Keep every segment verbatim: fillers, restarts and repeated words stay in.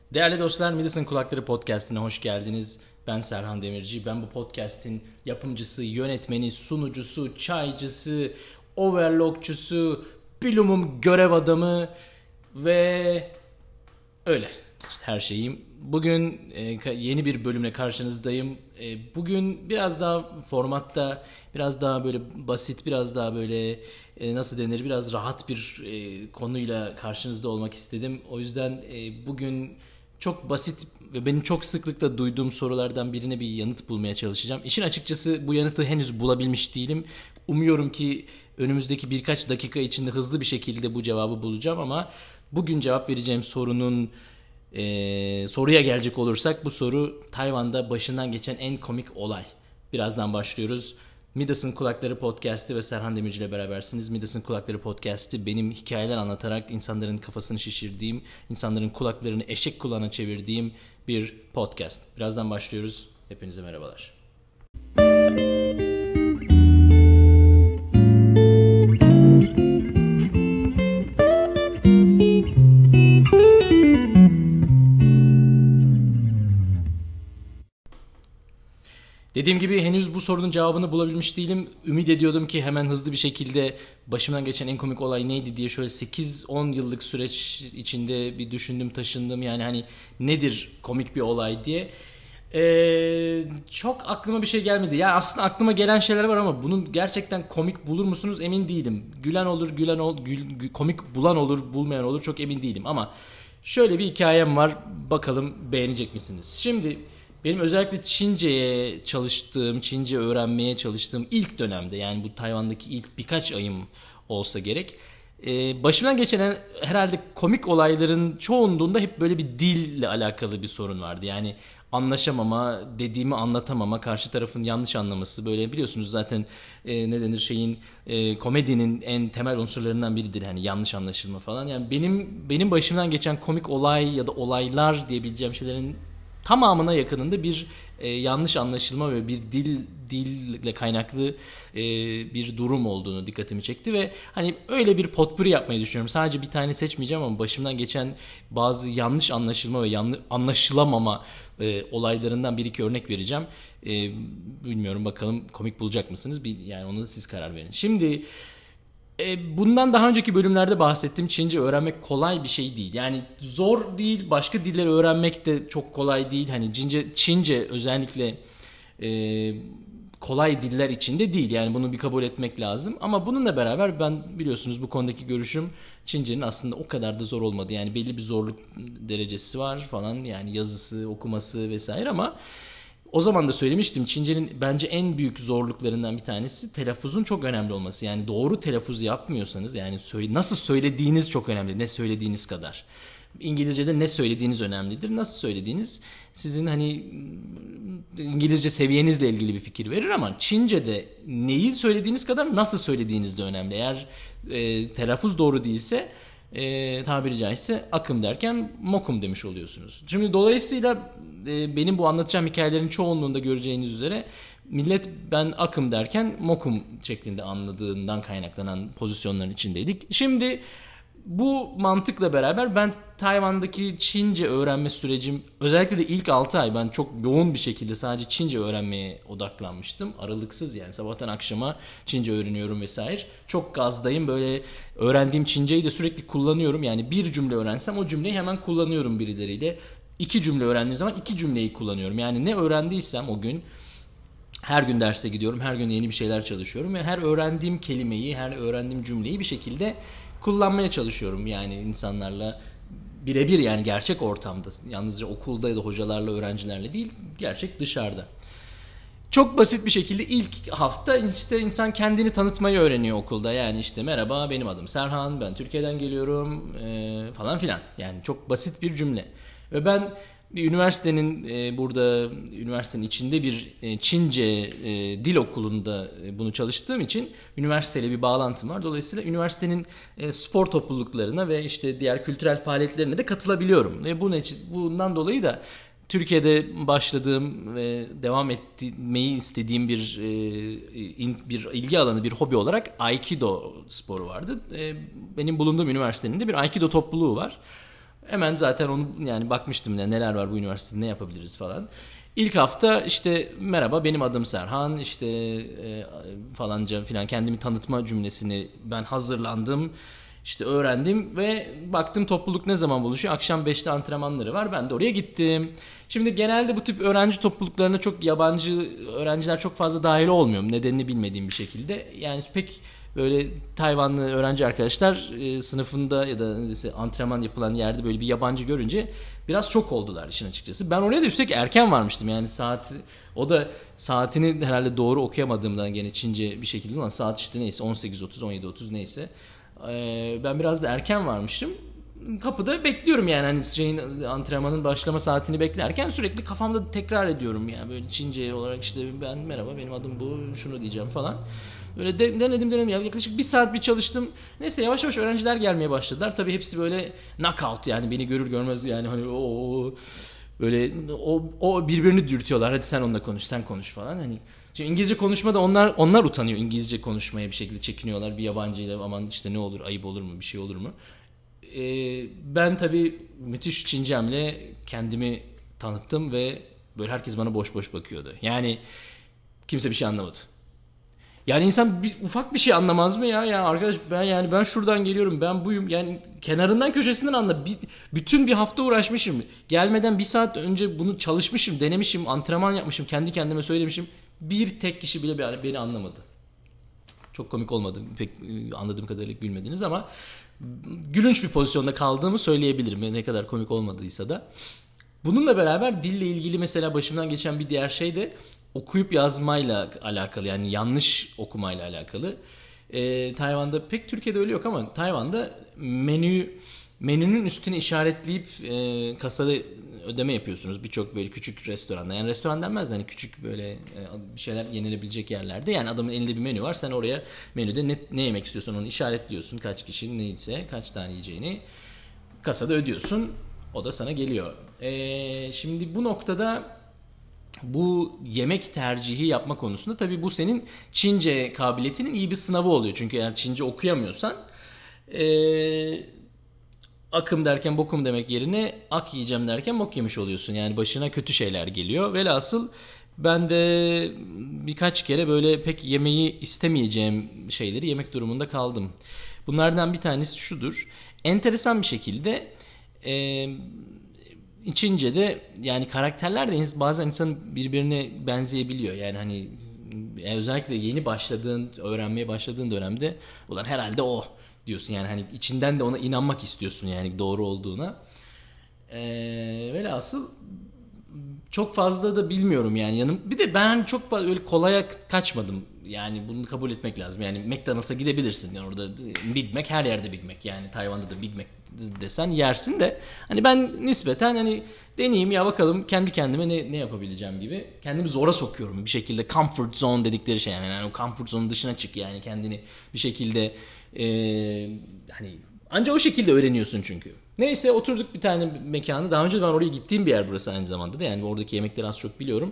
Değerli dostlar, Midas'ın Kulakları Podcast'ine hoş geldiniz. Ben Serhan Demirci. Ben bu podcast'in yapımcısı, yönetmeni, sunucusu, çaycısı, overlockçusu, bilumum görev adamı ve öyle. İşte her şeyim. Bugün e, yeni bir bölümle karşınızdayım. E, bugün biraz daha formatta, biraz daha böyle basit, biraz daha böyle e, nasıl denir, biraz rahat bir e, konuyla karşınızda olmak istedim. O yüzden e, bugün çok basit ve benim çok sıklıkla duyduğum sorulardan birine bir yanıt bulmaya çalışacağım. İşin açıkçası bu yanıtı henüz bulabilmiş değilim. Umuyorum ki önümüzdeki birkaç dakika içinde hızlı bir şekilde bu cevabı bulacağım ama bugün cevap vereceğim sorunun e, soruya gelecek olursak bu soru Tayvan'da başından geçen en komik olay. Birazdan başlıyoruz. Midas'ın Kulakları Podcast'i ve Serhan Demirci ile berabersiniz. Midas'ın Kulakları Podcast'i benim hikayeler anlatarak insanların kafasını şişirdiğim, insanların kulaklarını eşek kulağına çevirdiğim bir podcast. Birazdan başlıyoruz. Hepinize merhabalar. Dediğim gibi henüz bu sorunun cevabını bulabilmiş değilim. Ümit ediyordum ki hemen hızlı bir şekilde başımdan geçen en komik olay neydi diye şöyle sekiz on yıllık süreç içinde bir düşündüm, taşındım. Yani hani nedir komik bir olay diye. Ee, çok aklıma bir şey gelmedi. Yani aslında aklıma gelen şeyler var ama bunun gerçekten komik bulur musunuz emin değilim. Gülen olur, gülen ol, gül, komik bulan olur, bulmayan olur çok emin değilim. Ama şöyle bir hikayem var. Bakalım beğenecek misiniz? Şimdi benim özellikle Çince'ye çalıştığım, Çince öğrenmeye çalıştığım ilk dönemde, yani bu Tayvan'daki ilk birkaç ayım olsa gerek, e, başımdan geçen herhalde komik olayların çoğunluğunda hep böyle bir dille alakalı bir sorun vardı. Yani anlaşamama, dediğimi anlatamama, karşı tarafın yanlış anlaması, böyle biliyorsunuz zaten e, ne denir şeyin e, komedinin en temel unsurlarından biridir, hani yanlış anlaşılma falan. Yani benim benim başımdan geçen komik olay ya da olaylar diyebileceğim şeylerin tamamına yakınında bir e, yanlış anlaşılma ve bir dil dille kaynaklı e, bir durum olduğunu dikkatimi çekti ve hani öyle bir potpuri yapmayı düşünüyorum. Sadece bir tane seçmeyeceğim ama başımdan geçen bazı yanlış anlaşılma ve yanlış anlaşılamama e, olaylarından bir iki örnek vereceğim. E, bilmiyorum, bakalım komik bulacak mısınız? Bir, yani onu da siz karar verin. Şimdi bundan daha önceki bölümlerde bahsettim. Çince öğrenmek kolay bir şey değil. Yani zor değil. Başka dilleri öğrenmek de çok kolay değil. Hani Çince, Çince özellikle e, kolay diller içinde değil. Yani bunu bir kabul etmek lazım. Ama bununla beraber ben, biliyorsunuz bu konudaki görüşüm, Çince'nin aslında o kadar da zor olmadı. Yani belli bir zorluk derecesi var falan. Yani yazısı, okuması vesaire ama o zaman da söylemiştim, Çince'nin bence en büyük zorluklarından bir tanesi telaffuzun çok önemli olması. Yani doğru telaffuz yapmıyorsanız, yani söyle, nasıl söylediğiniz çok önemli, ne söylediğiniz kadar. İngilizce'de ne söylediğiniz önemlidir. Nasıl söylediğiniz sizin hani İngilizce seviyenizle ilgili bir fikir verir ama Çince'de neyi söylediğiniz kadar nasıl söylediğiniz de önemli. Eğer e, telaffuz doğru değilse e, tabiri caizse akım derken mokum demiş oluyorsunuz. Şimdi dolayısıyla e, benim bu anlatacağım hikayelerin çoğunluğunda göreceğiniz üzere millet ben akım derken mokum şeklinde anladığından kaynaklanan pozisyonların içindeydik. Şimdi bu mantıkla beraber ben Tayvan'daki Çince öğrenme sürecim, özellikle de ilk altı ay ben çok yoğun bir şekilde sadece Çince öğrenmeye odaklanmıştım. Aralıksız, yani sabahtan akşama Çince öğreniyorum vesaire. Çok gazdayım, böyle öğrendiğim Çinceyi de sürekli kullanıyorum. Yani bir cümle öğrensem o cümleyi hemen kullanıyorum birileriyle. İki cümle öğrendiğim zaman iki cümleyi kullanıyorum. Yani ne öğrendiysem o gün, her gün derse gidiyorum, her gün yeni bir şeyler çalışıyorum ve her öğrendiğim kelimeyi, her öğrendiğim cümleyi bir şekilde kullanmaya çalışıyorum. Yani insanlarla birebir, yani gerçek ortamda, yalnızca okulda ya da hocalarla, öğrencilerle değil, gerçek dışarıda. Çok basit bir şekilde ilk hafta işte insan kendini tanıtmayı öğreniyor okulda. Yani işte merhaba, benim adım Serhan, ben Türkiye'den geliyorum e, falan filan. Yani çok basit bir cümle. Ve ben bir üniversitenin e, burada üniversitenin içinde bir e, Çince e, dil okulunda e, bunu çalıştığım için üniversiteyle bir bağlantım var. Dolayısıyla üniversitenin e, spor topluluklarına ve işte diğer kültürel faaliyetlerine de katılabiliyorum. Ve bunun için, bundan dolayı da Türkiye'de başladığım ve devam etmeyi istediğim bir e, bir ilgi alanı, bir hobi olarak Aikido sporu vardı. E, benim bulunduğum üniversitenin de bir Aikido topluluğu var. Hemen zaten onu yani bakmıştım ne neler var bu üniversitede, ne yapabiliriz falan. İlk hafta işte merhaba benim adım Serhan işte e, falanca filan kendimi tanıtma cümlesini ben hazırlandım. İşte öğrendim ve baktım topluluk ne zaman buluşuyor? Akşam beşte antrenmanları var. Ben de oraya gittim. Şimdi genelde bu tip öğrenci topluluklarına çok yabancı öğrenciler çok fazla dahil olmuyor. Nedenini bilmediğim bir şekilde. Yani pek böyle Tayvanlı öğrenci arkadaşlar e, sınıfında ya da işte antrenman yapılan yerde böyle bir yabancı görünce biraz şok oldular işin açıkçası. Ben oraya da üstelik erken varmıştım. Yani saat o da saatini herhalde doğru okuyamadığımdan gene Çince bir şekilde olan saat işte neyse on sekiz otuz on yedi otuz neyse. Ben biraz da erken varmışım. Kapıda bekliyorum yani hani şeyin antrenmanın başlama saatini beklerken sürekli kafamda tekrar ediyorum yani böyle Çince olarak işte ben merhaba benim adım bu şunu diyeceğim falan. Böyle de, denedim denedim ya yaklaşık bir saat bir çalıştım. Neyse yavaş yavaş öğrenciler gelmeye başladılar. Tabii hepsi böyle knockout yani beni görür görmez yani hani o böyle o, o birbirini dürtüyorlar. Hadi sen onunla konuş sen konuş falan hani. Şimdi İngilizce konuşmada onlar onlar utanıyor İngilizce konuşmaya bir şekilde çekiniyorlar bir yabancıyla aman işte ne olur ayıp olur mu bir şey olur mu? Ee, ben tabii müthiş Çincemle kendimi tanıttım ve böyle herkes bana boş boş bakıyordu. Yani kimse bir şey anlamadı. Yani insan bir, ufak bir şey anlamaz mı ya? Ya arkadaş ben yani ben şuradan geliyorum ben buyum yani kenarından köşesinden anla. Bir, bütün bir hafta uğraşmışım. Gelmeden bir saat önce bunu çalışmışım, denemişim, antrenman yapmışım, kendi kendime söylemişim. Bir tek kişi bile beni anlamadı. Çok komik olmadı. Pek anladığım kadarıyla gülmediniz ama gülünç bir pozisyonda kaldığımı söyleyebilirim. Ne kadar komik olmadıysa da. Bununla beraber dille ilgili mesela başımdan geçen bir diğer şey de okuyup yazmayla alakalı. Yani yanlış okumayla alakalı. Ee, Tayvan'da pek Türkiye'de öyle yok ama Tayvan'da menü menünün üstüne işaretleyip e, kasada ödeme yapıyorsunuz birçok böyle küçük restoranda. Yani restoran denmez de hani küçük böyle e, bir şeyler yenilebilecek yerlerde. Yani adamın elinde bir menü var. Sen oraya menüde ne, ne yemek istiyorsan onu işaretliyorsun. Kaç kişi neyse kaç tane yiyeceğini kasada ödüyorsun. O da sana geliyor. E, şimdi bu noktada bu yemek tercihi yapma konusunda tabii bu senin Çince kabiliyetinin iyi bir sınavı oluyor. Çünkü eğer Çince okuyamıyorsan eee akım derken bokum demek yerine ak yiyeceğim derken bok yemiş oluyorsun. Yani başına kötü şeyler geliyor. Velhasıl ben de birkaç kere böyle pek yemeyi istemeyeceğim şeyleri yemek durumunda kaldım. Bunlardan bir tanesi şudur. Enteresan bir şekilde e, Çince'de yani karakterler de bazen insanın birbirine benzeyebiliyor. Yani hani özellikle yeni başladığın, öğrenmeye başladığın dönemde ulan herhalde o diyorsun yani hani içinden de ona inanmak istiyorsun yani doğru olduğuna. Ee, velhasıl çok fazla da bilmiyorum yani yanım. Bir de ben çok fazla öyle kolaya kaçmadım. Yani bunu kabul etmek lazım. Yani McDonald's'a gidebilirsin. Yani orada Big Mac her yerde Big Mac. Yani Tayvan'da da Big Mac desen yersin de hani ben nispeten hani deneyeyim ya bakalım kendi kendime ne, ne yapabileceğim gibi. Kendimi zora sokuyorum bir şekilde comfort zone dedikleri şey yani, yani o comfort zone'un dışına çık yani kendini bir şekilde ee, hani ancak o şekilde öğreniyorsun çünkü. Neyse oturduk bir tane mekanı. Daha önce ben oraya gittiğim bir yer burası aynı zamanda da. Yani oradaki yemekleri az çok biliyorum.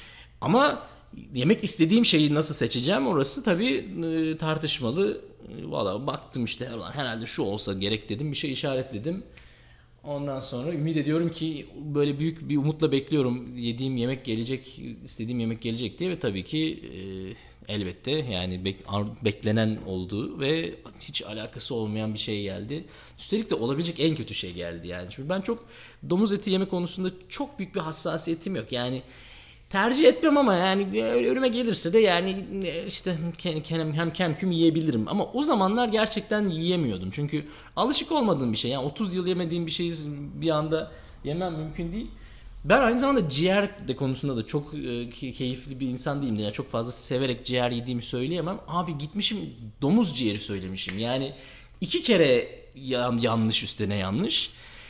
Ama yemek istediğim şeyi nasıl seçeceğim orası tabii e, tartışmalı. E, Valla baktım işte herhalde şu olsa gerek dedim. Bir şey işaretledim. Ondan sonra ümit ediyorum ki böyle büyük bir umutla bekliyorum. Yediğim yemek gelecek, istediğim yemek gelecek diye ve tabii ki e, elbette yani bek, beklenen oldu ve hiç alakası olmayan bir şey geldi. Üstelik de olabilecek en kötü şey geldi yani. Şimdi ben çok domuz eti yeme konusunda çok büyük bir hassasiyetim yok. Yani tercih etmem ama yani önüme gelirse de yani işte hem kem küm yiyebilirim. Ama o zamanlar gerçekten yiyemiyordum. Çünkü alışık olmadığım bir şey. Yani otuz yıl yemediğim bir şeyi bir anda yemem mümkün değil. Ben aynı zamanda ciğer de konusunda da çok keyifli bir insan değilim. Yani çok fazla severek ciğer yediğimi söyleyemem. Abi gitmişim domuz ciğeri söylemişim. Yani iki kere yanlış üstüne yanlış.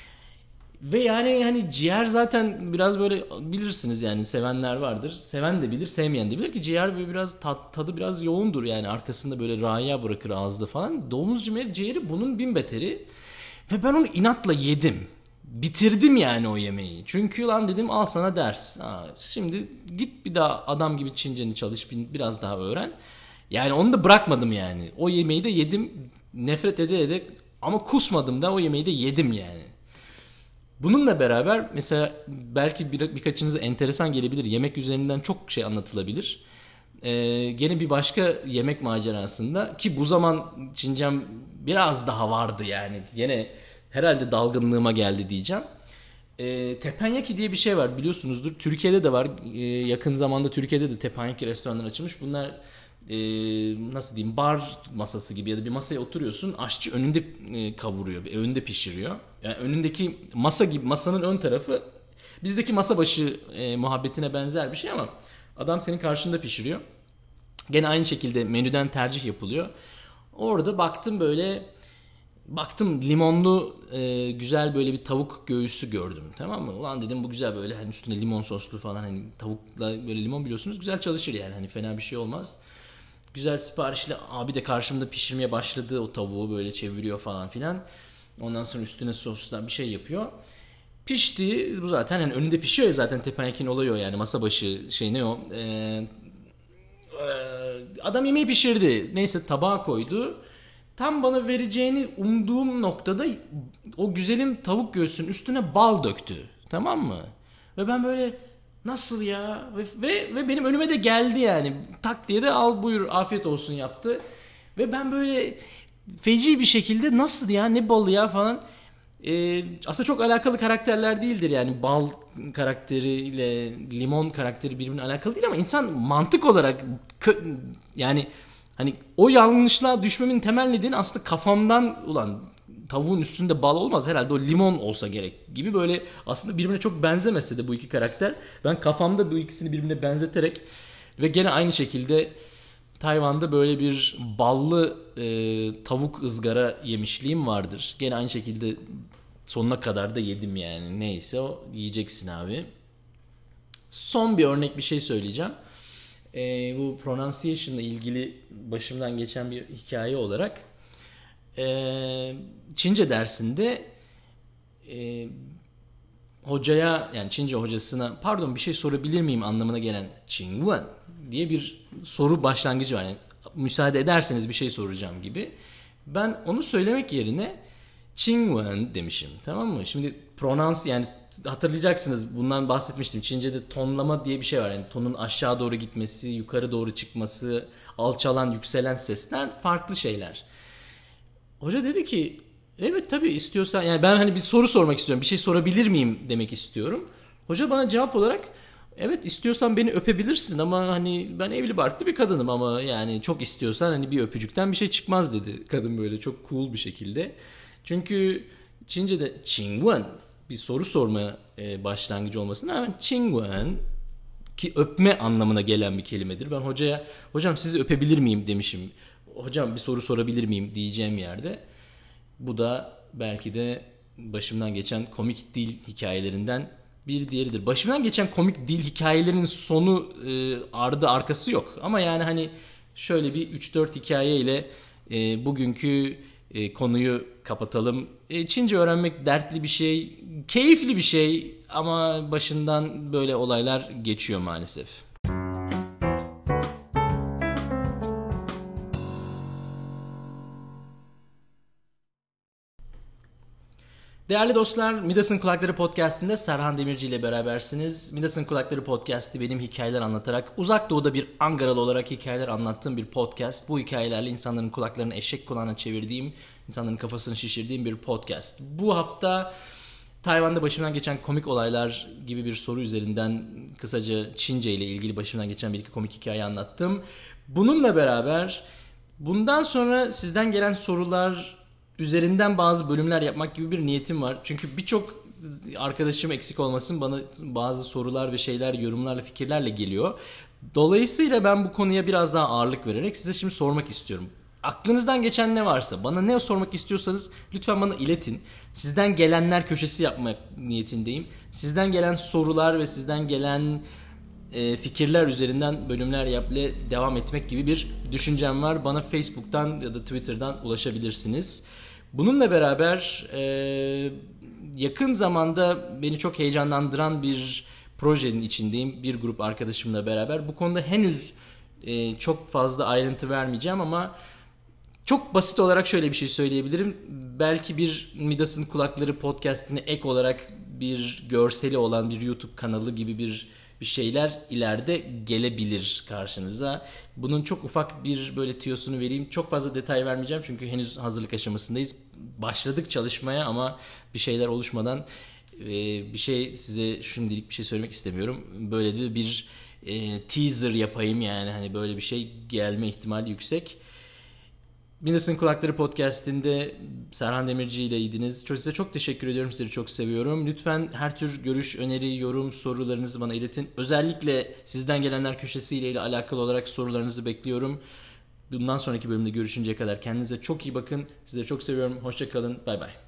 Ve yani hani ciğer zaten biraz böyle bilirsiniz yani sevenler vardır. Seven de bilir, sevmeyen de bilir ki ciğer böyle biraz tat, tadı biraz yoğundur yani arkasında böyle raya bırakır ağızda falan. Domuz ciğeri bunun bin beteri. Ve ben onu inatla yedim. Bitirdim yani o yemeği. Çünkü lan dedim al sana ders. Ha, şimdi git bir daha adam gibi Çinceni çalış biraz daha öğren. Yani onu da bırakmadım yani. O yemeği de yedim nefret ede ede ama kusmadım da o yemeği de yedim yani. Bununla beraber mesela belki bir, birkaçınıza enteresan gelebilir. Yemek üzerinden çok şey anlatılabilir. Ee, gene bir başka yemek macerasında ki bu zaman Çincem biraz daha vardı yani. Gene herhalde dalgınlığıma geldi diyeceğim. Ee, teppanyaki diye bir şey var biliyorsunuzdur. Türkiye'de de var. Ee, yakın zamanda Türkiye'de de teppanyaki restoranlar açılmış. Bunlar e, nasıl diyeyim bar masası gibi ya da bir masaya oturuyorsun. Aşçı önünde e, kavuruyor, önünde pişiriyor. Yani önündeki masa gibi masanın ön tarafı bizdeki masa başı e, muhabbetine benzer bir şey ama adam senin karşında pişiriyor. Gene aynı şekilde menüden tercih yapılıyor. Orada baktım böyle baktım limonlu e, güzel böyle bir tavuk göğüsü gördüm, tamam mı? Ulan dedim bu güzel böyle hani üstünde limon soslu falan hani tavukla böyle limon biliyorsunuz güzel çalışır yani hani fena bir şey olmaz. Güzel siparişli abi de karşımda pişirmeye başladı o tavuğu böyle çeviriyor falan filan. Ondan sonra üstüne sosla bir şey yapıyor. Pişti bu zaten hani önünde pişiyor ya zaten teppanyakinin olayı o yani masa başı şey ne o ee, adam yemeği pişirdi. Neyse tabağa koydu. Tam bana vereceğini umduğum noktada o güzelim tavuk göğsünün üstüne bal döktü. Tamam mı? Ve ben böyle nasıl ya? Ve, ve, ve benim önüme de geldi yani. Tak diye de al buyur afiyet olsun yaptı. Ve ben böyle feci bir şekilde nasıl ya ne balı ya falan. Ee, aslında çok alakalı karakterler değildir yani bal karakteriyle limon karakteri birbirine alakalı değil ama insan mantık olarak kö- yani hani o yanlışlığa düşmemin temel nedeni aslında kafamdan ulan tavuğun üstünde bal olmaz herhalde o limon olsa gerek gibi böyle aslında birbirine çok benzemese de bu iki karakter ben kafamda bu ikisini birbirine benzeterek ve gene aynı şekilde Tayvan'da böyle bir ballı e, tavuk ızgara yemişliğim vardır. Gene aynı şekilde sonuna kadar da yedim yani. Neyse o yiyeceksin abi. Son bir örnek bir şey söyleyeceğim. E, bu pronunciation ile ilgili başımdan geçen bir hikaye olarak e, Çince dersinde e, hocaya yani Çince hocasına pardon bir şey sorabilir miyim anlamına gelen Çingwen diye bir soru başlangıcı var. Yani müsaade ederseniz bir şey soracağım gibi. Ben onu söylemek yerine Çingwen demişim. Tamam mı? Şimdi pronans yani hatırlayacaksınız bundan bahsetmiştim. Çince'de tonlama diye bir şey var. Yani tonun aşağı doğru gitmesi, yukarı doğru çıkması, alçalan, yükselen sesler farklı şeyler. Hoca dedi ki evet tabii istiyorsan yani ben hani bir soru sormak istiyorum. Bir şey sorabilir miyim demek istiyorum. Hoca bana cevap olarak evet istiyorsan beni öpebilirsin ama hani ben evli barklı bir kadınım ama yani çok istiyorsan hani bir öpücükten bir şey çıkmaz dedi. Kadın böyle çok cool bir şekilde. Çünkü Çince'de Qingwen bir soru sorma e, başlangıcı olmasına rağmen Qingwen ki öpme anlamına gelen bir kelimedir. Ben hocaya hocam sizi öpebilir miyim demişim. Hocam bir soru sorabilir miyim diyeceğim yerde. Bu da belki de başımdan geçen komik dil hikayelerinden bir diğeridir. Başımdan geçen komik dil hikayelerinin sonu e, ardı arkası yok. Ama yani hani şöyle bir üç dört hikayeyle e, bugünkü e, konuyu kapatalım. E, Çince öğrenmek dertli bir şey, keyifli bir şey ama başından böyle olaylar geçiyor maalesef. Değerli dostlar, Midas'ın Kulakları Podcast'inde Serhan Demirci ile berabersiniz. Midas'ın Kulakları Podcast'i benim hikayeler anlatarak, uzak doğuda bir Angaralı olarak hikayeler anlattığım bir podcast. Bu hikayelerle insanların kulaklarını eşek kulağına çevirdiğim, insanların kafasını şişirdiğim bir podcast. Bu hafta Tayvan'da başımdan geçen komik olaylar gibi bir soru üzerinden kısaca Çince ile ilgili başımdan geçen bir iki komik hikaye anlattım. Bununla beraber bundan sonra sizden gelen sorular üzerinden bazı bölümler yapmak gibi bir niyetim var. Çünkü birçok arkadaşım eksik olmasın bana bazı sorular ve şeyler, yorumlarla, fikirlerle geliyor. Dolayısıyla ben bu konuya biraz daha ağırlık vererek size şimdi sormak istiyorum. Aklınızdan geçen ne varsa, bana ne sormak istiyorsanız lütfen bana iletin. Sizden gelenler köşesi yapmak niyetindeyim. Sizden gelen sorular ve sizden gelen e, fikirler üzerinden bölümler yapmaya devam etmek gibi bir düşüncem var. Bana Facebook'tan ya da Twitter'dan ulaşabilirsiniz. Bununla beraber e, yakın zamanda beni çok heyecanlandıran bir projenin içindeyim. Bir grup arkadaşımla beraber. Bu konuda henüz çok fazla ayrıntı vermeyeceğim ama çok basit olarak şöyle bir şey söyleyebilirim. belki bir Midas'ın Kulakları podcast'ine ek olarak bir görseli olan bir YouTube kanalı gibi bir bir şeyler ileride gelebilir karşınıza. Bunun çok ufak bir böyle tüyosunu vereyim. Çok fazla detay vermeyeceğim çünkü henüz hazırlık aşamasındayız. Başladık çalışmaya ama bir şeyler oluşmadan e, bir şey size şimdilik bir şey söylemek istemiyorum. Böyle de bir e, teaser yapayım, yani hani böyle bir şey gelme ihtimali yüksek. Midas'ın Kulakları podcast'inde Serhan Demirci ile iydiniz. Çok, size çok teşekkür ediyorum. Sizleri çok seviyorum. Lütfen her tür görüş, öneri, yorum, sorularınızı bana iletin. Özellikle sizden gelenler köşesiyle ile alakalı olarak sorularınızı bekliyorum. Bundan sonraki bölümde görüşünceye kadar kendinize çok iyi bakın. Sizleri çok seviyorum. Hoşça kalın. Bay bay.